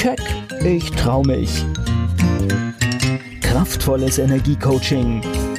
Keck, ich trau mich. Kraftvolles Energiecoaching.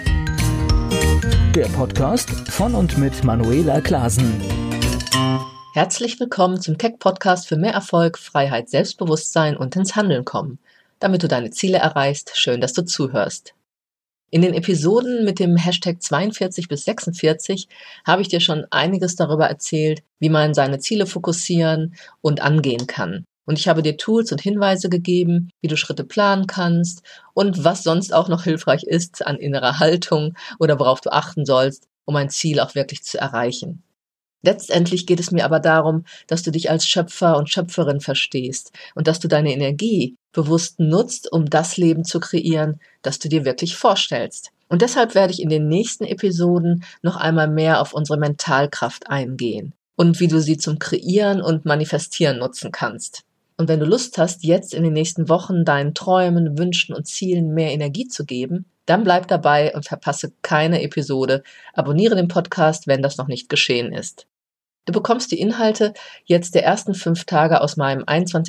Der Podcast von und mit Manuela Klasen. Herzlich willkommen zum Keck-Podcast für mehr Erfolg, Freiheit, Selbstbewusstsein und ins Handeln kommen. Damit du deine Ziele erreichst, schön, dass du zuhörst. In den Episoden mit dem Hashtag 42 bis 46 habe ich dir schon einiges darüber erzählt, wie man seine Ziele fokussieren und angehen kann. Und ich habe dir Tools und Hinweise gegeben, wie du Schritte planen kannst und was sonst auch noch hilfreich ist an innerer Haltung oder worauf du achten sollst, um ein Ziel auch wirklich zu erreichen. Letztendlich geht es mir aber darum, dass du dich als Schöpfer und Schöpferin verstehst und dass du deine Energie bewusst nutzt, um das Leben zu kreieren, das du dir wirklich vorstellst. Und deshalb werde ich in den nächsten Episoden noch einmal mehr auf unsere Mentalkraft eingehen und wie du sie zum Kreieren und Manifestieren nutzen kannst. Und wenn du Lust hast, jetzt in den nächsten Wochen deinen Träumen, Wünschen und Zielen mehr Energie zu geben, dann bleib dabei und verpasse keine Episode. Abonniere den Podcast, wenn das noch nicht geschehen ist. Du bekommst die Inhalte jetzt der ersten 5 Tage aus meinem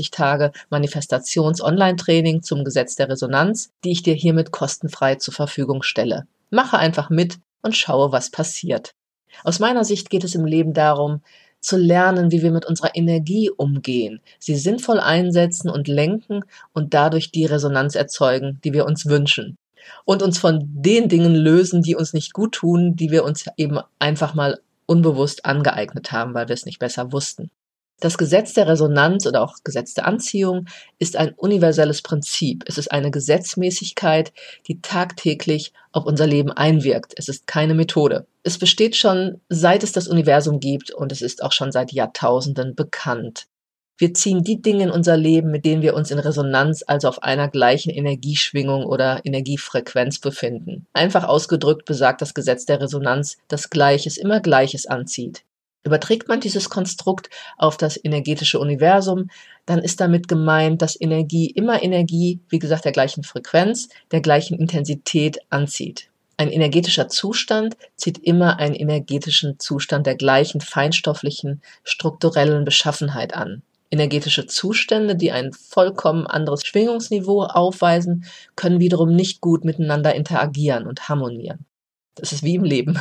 21-Tage-Manifestations-Online-Training zum Gesetz der Resonanz, die ich dir hiermit kostenfrei zur Verfügung stelle. Mache einfach mit und schaue, was passiert. Aus meiner Sicht geht es im Leben darum, zu lernen, wie wir mit unserer Energie umgehen, sie sinnvoll einsetzen und lenken und dadurch die Resonanz erzeugen, die wir uns wünschen. Und uns von den Dingen lösen, die uns nicht gut tun, die wir uns eben einfach mal unbewusst angeeignet haben, weil wir es nicht besser wussten. Das Gesetz der Resonanz oder auch Gesetz der Anziehung ist ein universelles Prinzip. Es ist eine Gesetzmäßigkeit, die tagtäglich auf unser Leben einwirkt. Es ist keine Methode. Es besteht schon, seit es das Universum gibt, und es ist auch schon seit Jahrtausenden bekannt. Wir ziehen die Dinge in unser Leben, mit denen wir uns in Resonanz, also auf einer gleichen Energieschwingung oder Energiefrequenz befinden. Einfach ausgedrückt besagt das Gesetz der Resonanz, dass Gleiches immer Gleiches anzieht. Überträgt man dieses Konstrukt auf das energetische Universum, dann ist damit gemeint, dass Energie immer Energie, wie gesagt, der gleichen Frequenz, der gleichen Intensität anzieht. Ein energetischer Zustand zieht immer einen energetischen Zustand der gleichen feinstofflichen, strukturellen Beschaffenheit an. Energetische Zustände, die ein vollkommen anderes Schwingungsniveau aufweisen, können wiederum nicht gut miteinander interagieren und harmonieren. Das ist wie im Leben.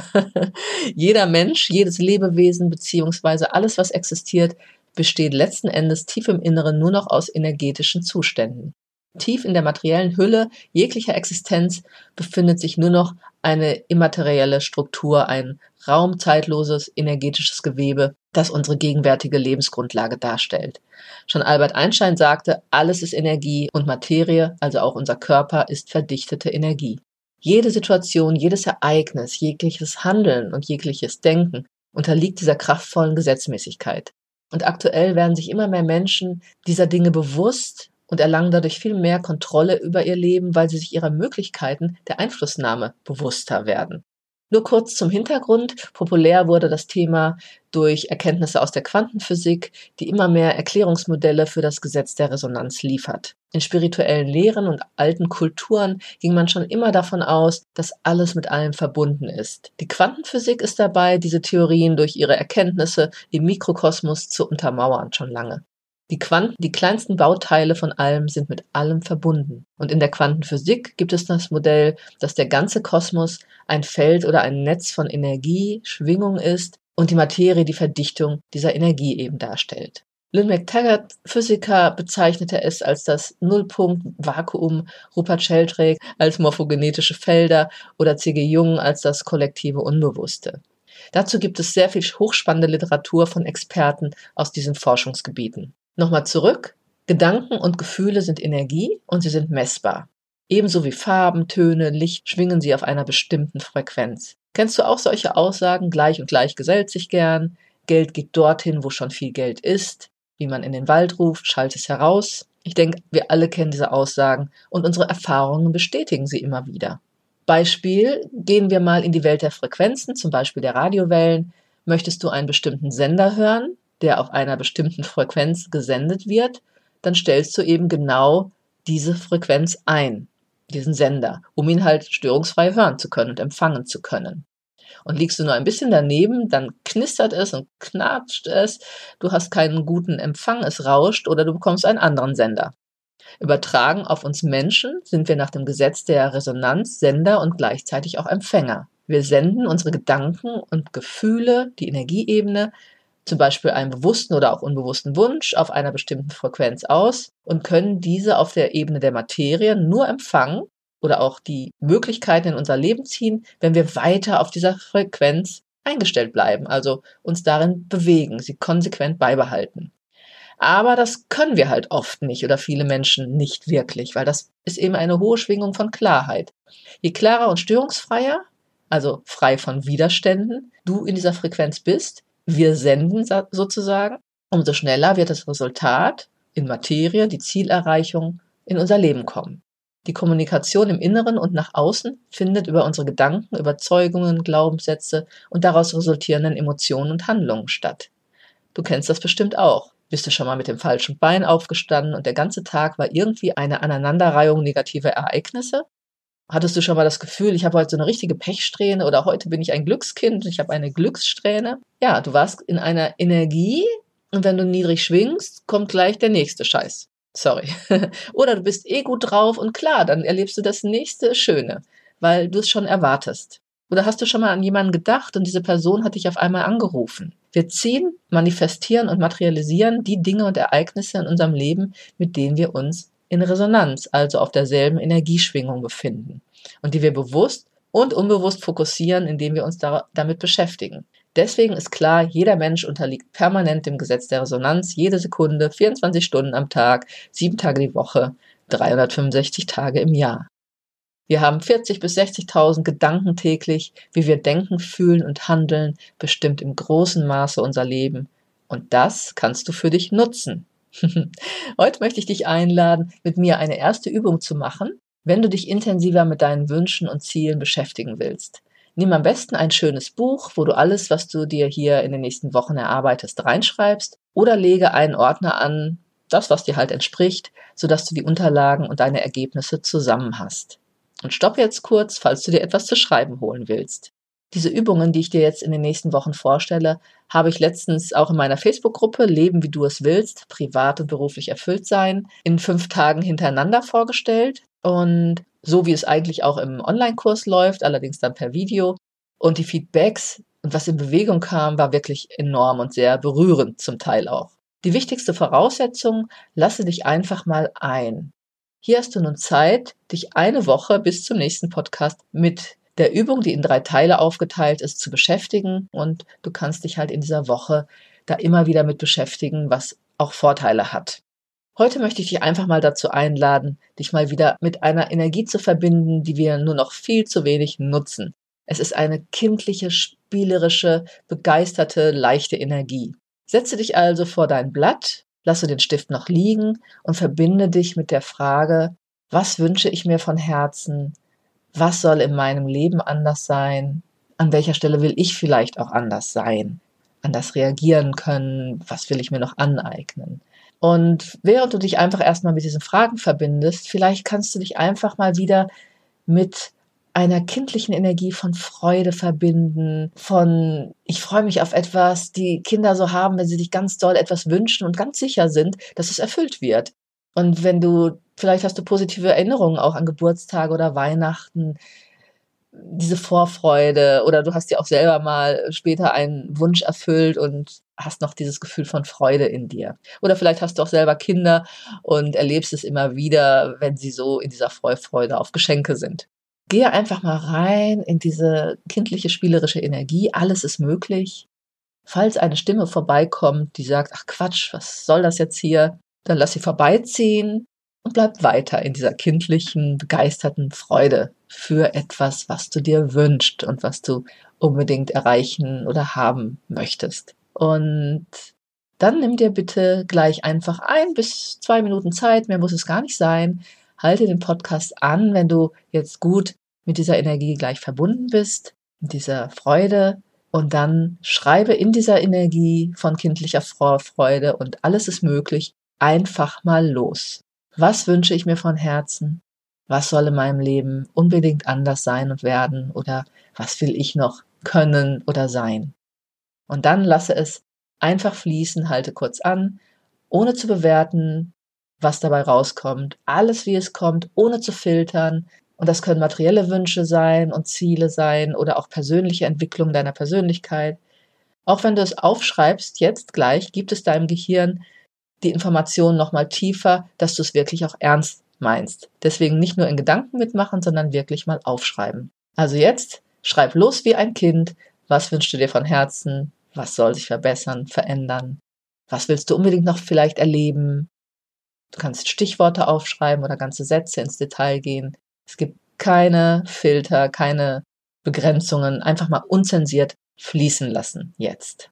Jeder Mensch, jedes Lebewesen beziehungsweise alles, was existiert, besteht letzten Endes tief im Inneren nur noch aus energetischen Zuständen. Tief in der materiellen Hülle jeglicher Existenz befindet sich nur noch eine immaterielle Struktur, ein raumzeitloses energetisches Gewebe, das unsere gegenwärtige Lebensgrundlage darstellt. Schon Albert Einstein sagte, alles ist Energie und Materie, also auch unser Körper, ist verdichtete Energie. Jede Situation, jedes Ereignis, jegliches Handeln und jegliches Denken unterliegt dieser kraftvollen Gesetzmäßigkeit. Und aktuell werden sich immer mehr Menschen dieser Dinge bewusst und erlangen dadurch viel mehr Kontrolle über ihr Leben, weil sie sich ihrer Möglichkeiten der Einflussnahme bewusster werden. Nur kurz zum Hintergrund. Populär wurde das Thema durch Erkenntnisse aus der Quantenphysik, die immer mehr Erklärungsmodelle für das Gesetz der Resonanz liefert. In spirituellen Lehren und alten Kulturen ging man schon immer davon aus, dass alles mit allem verbunden ist. Die Quantenphysik ist dabei, diese Theorien durch ihre Erkenntnisse im Mikrokosmos zu untermauern, schon lange. Die Quanten, die kleinsten Bauteile von allem, sind mit allem verbunden. Und in der Quantenphysik gibt es das Modell, dass der ganze Kosmos ein Feld oder ein Netz von Energie, Schwingung ist und die Materie die Verdichtung dieser Energie eben darstellt. Lynn McTaggart, Physiker, bezeichnete es als das Nullpunkt-Vakuum, Rupert Sheldrake als morphogenetische Felder oder C.G. Jung als das kollektive Unbewusste. Dazu gibt es sehr viel hochspannende Literatur von Experten aus diesen Forschungsgebieten. Nochmal zurück. Gedanken und Gefühle sind Energie und sie sind messbar. Ebenso wie Farben, Töne, Licht schwingen sie auf einer bestimmten Frequenz. Kennst du auch solche Aussagen? Gleich und gleich gesellt sich gern. Geld geht dorthin, wo schon viel Geld ist. Wie man in den Wald ruft, schallt es heraus. Ich denke, wir alle kennen diese Aussagen und unsere Erfahrungen bestätigen sie immer wieder. Beispiel, gehen wir mal in die Welt der Frequenzen, zum Beispiel der Radiowellen. Möchtest du einen bestimmten Sender hören, der auf einer bestimmten Frequenz gesendet wird, dann stellst du eben genau diese Frequenz ein, diesen Sender, um ihn halt störungsfrei hören zu können und empfangen zu können. Und liegst du nur ein bisschen daneben, dann knistert es und knatscht es, du hast keinen guten Empfang, es rauscht oder du bekommst einen anderen Sender. Übertragen auf uns Menschen sind wir nach dem Gesetz der Resonanz Sender und gleichzeitig auch Empfänger. Wir senden unsere Gedanken und Gefühle, die Energieebene, zum Beispiel einen bewussten oder auch unbewussten Wunsch auf einer bestimmten Frequenz aus und können diese auf der Ebene der Materie nur empfangen oder auch die Möglichkeiten in unser Leben ziehen, wenn wir weiter auf dieser Frequenz eingestellt bleiben, also uns darin bewegen, sie konsequent beibehalten. Aber das können wir halt oft nicht oder viele Menschen nicht wirklich, weil das ist eben eine hohe Schwingung von Klarheit. Je klarer und störungsfreier, also frei von Widerständen, du in dieser Frequenz bist, wir senden sozusagen, umso schneller wird das Resultat in Materie, die Zielerreichung in unser Leben kommen. Die Kommunikation im Inneren und nach außen findet über unsere Gedanken, Überzeugungen, Glaubenssätze und daraus resultierenden Emotionen und Handlungen statt. Du kennst das bestimmt auch. Bist du schon mal mit dem falschen Bein aufgestanden und der ganze Tag war irgendwie eine Aneinanderreihung negativer Ereignisse? Hattest du schon mal das Gefühl, ich habe heute so eine richtige Pechsträhne oder heute bin ich ein Glückskind und ich habe eine Glückssträhne? Ja, du warst in einer Energie und wenn du niedrig schwingst, kommt gleich der nächste Scheiß. Sorry. Oder du bist gut drauf und klar, dann erlebst du das nächste Schöne, weil du es schon erwartest. Oder hast du schon mal an jemanden gedacht und diese Person hat dich auf einmal angerufen? Wir ziehen, manifestieren und materialisieren die Dinge und Ereignisse in unserem Leben, mit denen wir uns in Resonanz, also auf derselben Energieschwingung befinden und die wir bewusst und unbewusst fokussieren, indem wir uns damit beschäftigen. Deswegen ist klar, jeder Mensch unterliegt permanent dem Gesetz der Resonanz, jede Sekunde, 24 Stunden am Tag, 7 Tage die Woche, 365 Tage im Jahr. Wir haben 40.000 bis 60.000 Gedanken täglich, wie wir denken, fühlen und handeln, bestimmt im großen Maße unser Leben. Und das kannst du für dich nutzen. Heute möchte ich dich einladen, mit mir eine erste Übung zu machen, wenn du dich intensiver mit deinen Wünschen und Zielen beschäftigen willst. Nimm am besten ein schönes Buch, wo du alles, was du dir hier in den nächsten Wochen erarbeitest, reinschreibst oder lege einen Ordner an, das, was dir halt entspricht, sodass du die Unterlagen und deine Ergebnisse zusammen hast. Und stopp jetzt kurz, falls du dir etwas zu schreiben holen willst. Diese Übungen, die ich dir jetzt in den nächsten Wochen vorstelle, habe ich letztens auch in meiner Facebook-Gruppe Leben, wie du es willst, privat und beruflich erfüllt sein, in 5 Tagen hintereinander vorgestellt. Und so wie es eigentlich auch im Online-Kurs läuft, allerdings dann per Video. Und die Feedbacks und was in Bewegung kam, war wirklich enorm und sehr berührend zum Teil auch. Die wichtigste Voraussetzung, lasse dich einfach mal ein. Hier hast du nun Zeit, dich eine Woche bis zum nächsten Podcast mit der Übung, die in 3 Teile aufgeteilt ist, zu beschäftigen. Und du kannst dich halt in dieser Woche da immer wieder mit beschäftigen, was auch Vorteile hat. Heute möchte ich dich einfach mal dazu einladen, dich mal wieder mit einer Energie zu verbinden, die wir nur noch viel zu wenig nutzen. Es ist eine kindliche, spielerische, begeisterte, leichte Energie. Setze dich also vor dein Blatt, lasse den Stift noch liegen und verbinde dich mit der Frage, was wünsche ich mir von Herzen? Was soll in meinem Leben anders sein? An welcher Stelle will ich vielleicht auch anders sein? Anders reagieren können? Was will ich mir noch aneignen? Und während du dich einfach erstmal mit diesen Fragen verbindest, vielleicht kannst du dich einfach mal wieder mit einer kindlichen Energie von Freude verbinden, von ich freue mich auf etwas, die Kinder so haben, wenn sie sich ganz doll etwas wünschen und ganz sicher sind, dass es erfüllt wird. Und vielleicht hast du positive Erinnerungen auch an Geburtstage oder Weihnachten, diese Vorfreude oder du hast dir auch selber mal später einen Wunsch erfüllt und hast noch dieses Gefühl von Freude in dir. Oder vielleicht hast du auch selber Kinder und erlebst es immer wieder, wenn sie so in dieser Vorfreude auf Geschenke sind. Gehe einfach mal rein in diese kindliche, spielerische Energie. Alles ist möglich. Falls eine Stimme vorbeikommt, die sagt, ach Quatsch, was soll das jetzt hier? Dann lass sie vorbeiziehen und bleib weiter in dieser kindlichen, begeisterten Freude für etwas, was du dir wünschst und was du unbedingt erreichen oder haben möchtest. Und dann nimm dir bitte gleich einfach 1 bis 2 Minuten Zeit, mehr muss es gar nicht sein. Halte den Podcast an, wenn du jetzt gut mit dieser Energie gleich verbunden bist, mit dieser Freude. Und dann schreibe in dieser Energie von kindlicher Vorfreude und alles ist möglich, einfach mal los. Was wünsche ich mir von Herzen? Was soll in meinem Leben unbedingt anders sein und werden? Oder was will ich noch können oder sein? Und dann lasse es einfach fließen, halte kurz an, ohne zu bewerten, was dabei rauskommt. Alles, wie es kommt, ohne zu filtern. Und das können materielle Wünsche sein und Ziele sein oder auch persönliche Entwicklung deiner Persönlichkeit. Auch wenn du es aufschreibst, jetzt gleich, gibt es deinem Gehirn die Information nochmal tiefer, dass du es wirklich auch ernst meinst. Deswegen nicht nur in Gedanken mitmachen, sondern wirklich mal aufschreiben. Also jetzt schreib los wie ein Kind. Was wünschst du dir von Herzen? Was soll sich verbessern, verändern? Was willst du unbedingt noch vielleicht erleben? Du kannst Stichworte aufschreiben oder ganze Sätze ins Detail gehen. Es gibt keine Filter, keine Begrenzungen. Einfach mal unzensiert fließen lassen jetzt.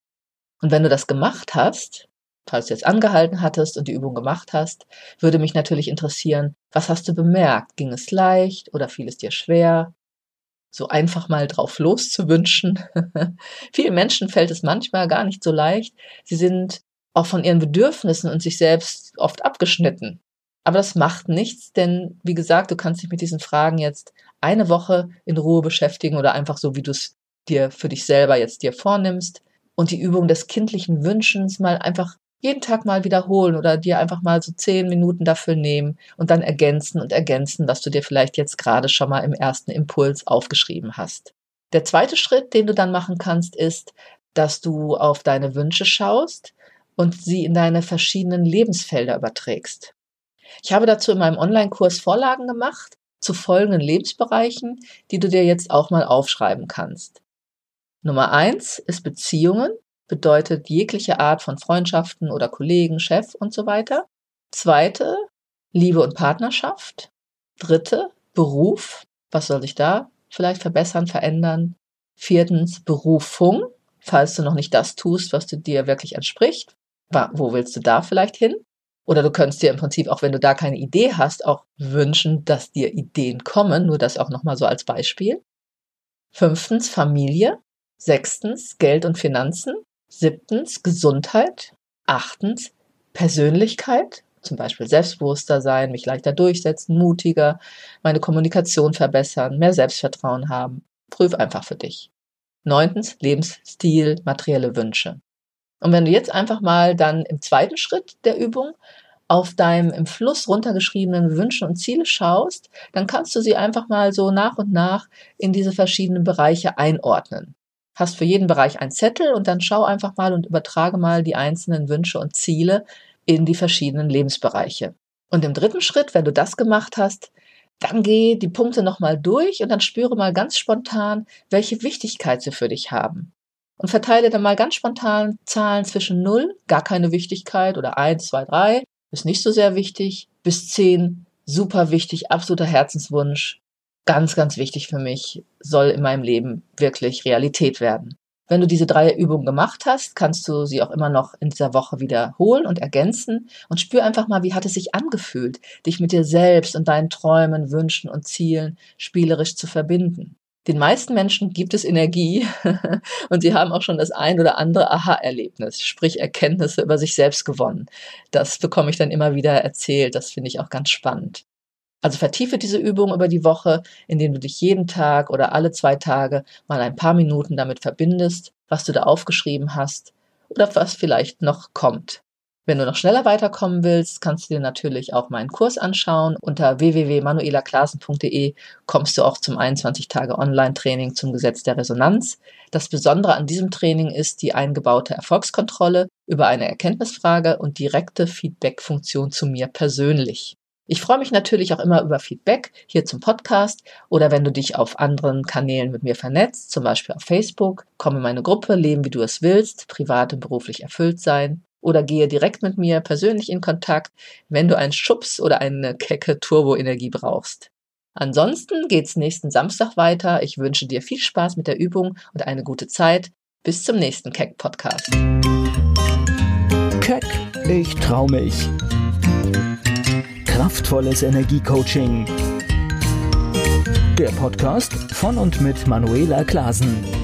Und wenn du das gemacht hast, falls du jetzt angehalten hattest und die Übung gemacht hast, würde mich natürlich interessieren, was hast du bemerkt? Ging es leicht oder fiel es dir schwer? So einfach mal drauf loszuwünschen. Vielen Menschen fällt es manchmal gar nicht so leicht. Sie sind auch von ihren Bedürfnissen und sich selbst oft abgeschnitten. Aber das macht nichts, denn wie gesagt, du kannst dich mit diesen Fragen jetzt eine Woche in Ruhe beschäftigen oder einfach so, wie du es dir für dich selber jetzt dir vornimmst und die Übung des kindlichen Wünschens mal einfach jeden Tag mal wiederholen oder dir einfach mal so 10 Minuten dafür nehmen und dann ergänzen, was du dir vielleicht jetzt gerade schon mal im ersten Impuls aufgeschrieben hast. Der zweite Schritt, den du dann machen kannst, ist, dass du auf deine Wünsche schaust und sie in deine verschiedenen Lebensfelder überträgst. Ich habe dazu in meinem Online-Kurs Vorlagen gemacht zu folgenden Lebensbereichen, die du dir jetzt auch mal aufschreiben kannst. Nummer 1 ist Beziehungen, bedeutet jegliche Art von Freundschaften oder Kollegen, Chef und so weiter. 2, Liebe und Partnerschaft. 3, Beruf, was soll sich da vielleicht verbessern, verändern. 4, Berufung, falls du noch nicht das tust, was du dir wirklich entspricht. Wo willst du da vielleicht hin? Oder du könntest dir im Prinzip, auch wenn du da keine Idee hast, auch wünschen, dass dir Ideen kommen, nur das auch nochmal so als Beispiel. 5, Familie. 6, Geld und Finanzen. 7, Gesundheit. 8, Persönlichkeit, zum Beispiel selbstbewusster sein, mich leichter durchsetzen, mutiger, meine Kommunikation verbessern, mehr Selbstvertrauen haben. Prüf einfach für dich. 9, Lebensstil, materielle Wünsche. Und wenn du jetzt einfach mal dann im zweiten Schritt der Übung auf deinem im Fluss runtergeschriebenen Wünsche und Ziele schaust, dann kannst du sie einfach mal so nach und nach in diese verschiedenen Bereiche einordnen. Hast für jeden Bereich einen Zettel und dann schau einfach mal und übertrage mal die einzelnen Wünsche und Ziele in die verschiedenen Lebensbereiche. Und im dritten Schritt, wenn du das gemacht hast, dann geh die Punkte nochmal durch und dann spüre mal ganz spontan, welche Wichtigkeit sie für dich haben. Und verteile dann mal ganz spontan Zahlen zwischen 0, gar keine Wichtigkeit, oder 1, 2, 3, ist nicht so sehr wichtig, bis 10, super wichtig, absoluter Herzenswunsch, ganz, ganz wichtig für mich, soll in meinem Leben wirklich Realität werden. Wenn du diese 3 Übungen gemacht hast, kannst du sie auch immer noch in dieser Woche wiederholen und ergänzen und spür einfach mal, wie hat es sich angefühlt, dich mit dir selbst und deinen Träumen, Wünschen und Zielen spielerisch zu verbinden. Den meisten Menschen gibt es Energie und sie haben auch schon das ein oder andere Aha-Erlebnis, sprich Erkenntnisse über sich selbst gewonnen. Das bekomme ich dann immer wieder erzählt, das finde ich auch ganz spannend. Also vertiefe diese Übung über die Woche, indem du dich jeden Tag oder alle 2 Tage mal ein paar Minuten damit verbindest, was du da aufgeschrieben hast oder was vielleicht noch kommt. Wenn du noch schneller weiterkommen willst, kannst du dir natürlich auch meinen Kurs anschauen. Unter www.manuelaklasen.de kommst du auch zum 21-Tage-Online-Training zum Gesetz der Resonanz. Das Besondere an diesem Training ist die eingebaute Erfolgskontrolle über eine Erkenntnisfrage und direkte Feedback-Funktion zu mir persönlich. Ich freue mich natürlich auch immer über Feedback hier zum Podcast oder wenn du dich auf anderen Kanälen mit mir vernetzt, zum Beispiel auf Facebook. Komm in meine Gruppe Leben, wie du es willst, privat und beruflich erfüllt sein. Oder gehe direkt mit mir persönlich in Kontakt, wenn du einen Schubs oder eine kecke Turboenergie brauchst. Ansonsten geht's nächsten Samstag weiter. Ich wünsche dir viel Spaß mit der Übung und eine gute Zeit. Bis zum nächsten Keck-Podcast. Keck, ich trau mich. Kraftvolles Energiecoaching. Der Podcast von und mit Manuela Klasen.